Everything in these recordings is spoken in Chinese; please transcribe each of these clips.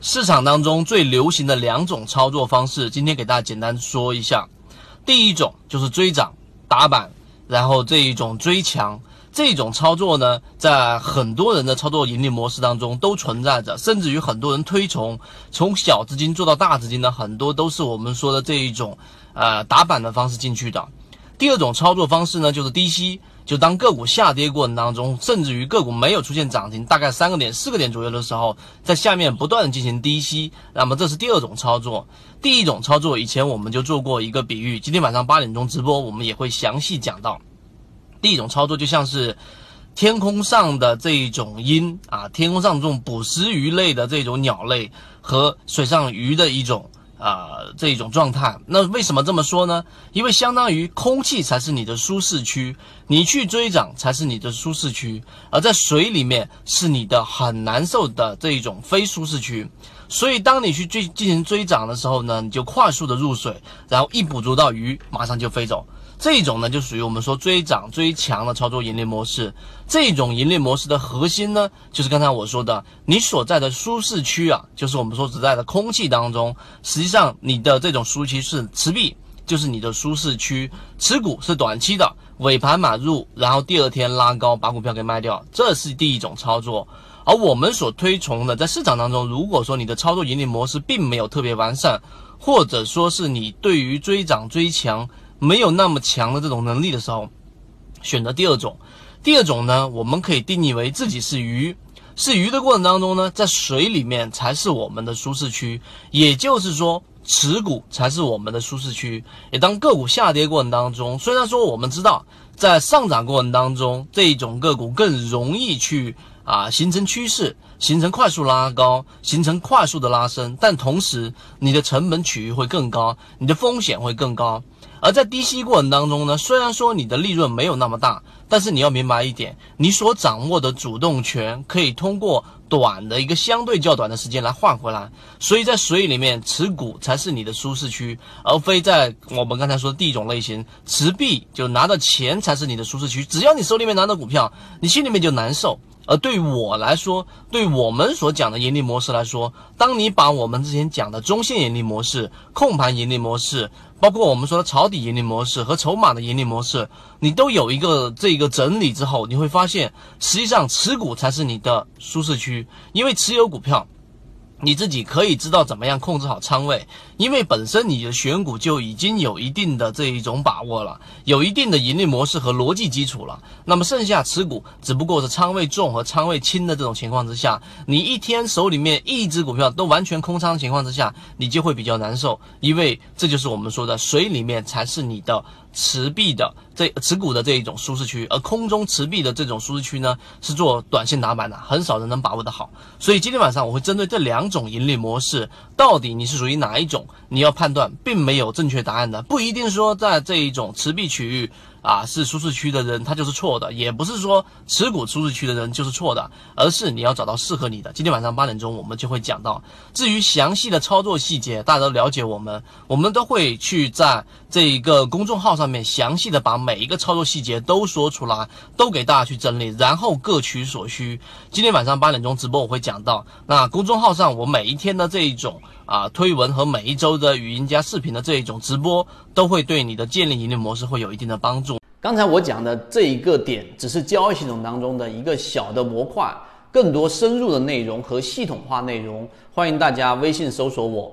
市场当中最流行的2种操作方式，今天给大家简单说一下。第一种就是追涨打板，然后这一种追强，这种操作呢，在很多人的操作盈利模式当中都存在着，甚至于很多人推崇从小资金做到大资金的，很多都是我们说的这一种打板的方式进去的。第二种操作方式呢，就是低吸，就当个股下跌过程当中，甚至于个股没有出现涨停，大概3个点、4个点左右的时候，在下面不断的进行低吸，那么这是第二种操作。第一种操作以前我们就做过一个比喻，今天晚上8点钟直播我们也会详细讲到。第一种操作就像是天空上的这一种鹰啊，天空上这种捕食鱼类的这种鸟类和水上鱼的一种这一种状态。那为什么这么说呢？因为相当于空气才是你的舒适区，你去追涨才是你的舒适区，而在水里面是你的很难受的这一种非舒适区。所以当你去进行追涨的时候呢，你就快速的入水，然后一捕捉到鱼马上就飞走。这种呢就属于我们说追涨追强的操作盈利模式。这种盈利模式的核心呢，就是刚才我说的，你所在的舒适区啊，就是我们说所在的空气当中，实际上你的这种舒适区是持币，就是你的舒适区，持股是短期的，尾盘买入，然后第二天拉高把股票给卖掉，这是第一种操作。而我们所推崇的，在市场当中，如果说你的操作盈利模式并没有特别完善，或者说是你对于追涨追强没有那么强的这种能力的时候，选择第二种。第二种呢，我们可以定义为自己是鱼，是鱼的过程当中呢，在水里面才是我们的舒适区，也就是说持股才是我们的舒适区。也当个股下跌过程当中，虽然说我们知道在上涨过程当中，这种个股更容易去形成趋势，形成快速拉高，形成快速的拉升，但同时你的成本取域会更高，你的风险会更高。而在低吸过程当中呢，虽然说你的利润没有那么大，但是你要明白一点，你所掌握的主动权可以通过短的一个相对较短的时间来换回来。所以在水里面持股才是你的舒适区，而非在我们刚才说的第一种类型，持币就拿到钱才是你的舒适区。只要你手里面拿到股票，你心里面就难受。而对于我来说，对我们所讲的盈利模式来说，当你把我们之前讲的中线盈利模式、控盘盈利模式，包括我们说的抄底盈利模式和筹码的盈利模式，你都有一个这个整理之后，你会发现实际上持股才是你的舒适区。因为持有股票你自己可以知道怎么样控制好仓位，因为本身你的选股就已经有一定的这一种把握了，有一定的盈利模式和逻辑基础了。那么剩下持股只不过是仓位重和仓位轻的这种情况之下，你一天手里面一只股票都完全空仓的情况之下，你就会比较难受。因为这就是我们说的水里面才是你的持币的持股的这一种舒适区，而空中持币的这种舒适区呢，是做短线打板的，很少人能把握得好。所以今天晚上我会针对这2种盈利模式，到底你是属于哪一种，你要判断，并没有正确答案的。不一定说在这一种持币区域是舒适区的人他就是错的，也不是说持股舒适区的人就是错的，而是你要找到适合你的。今天晚上8点钟我们就会讲到。至于详细的操作细节，大家都了解我们都会去在这一个公众号上面详细的把每一个操作细节都说出来，都给大家去整理，然后各取所需。今天晚上8点钟直播我会讲到。那公众号上我每一天的这一种推文和每一周的语音加视频的这一种直播，都会对你的建立盈利模式会有一定的帮助。 刚才我讲的这一个点只是交易系统当中的一个小的模块，更多深入的内容和系统化内容，欢迎大家微信搜索我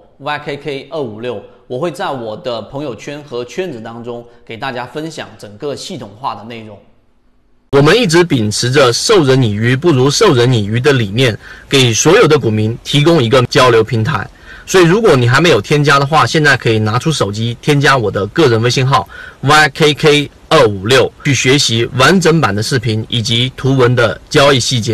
YKK256，我会在我的朋友圈和圈子当中给大家分享整个系统化的内容。 我们一直秉持着授人以鱼不如授人以渔的理念，给所有的股民提供一个交流平台。所以如果你还没有添加的话，现在可以拿出手机添加我的个人微信号 YKK256，去学习完整版的视频以及图文的交易细节。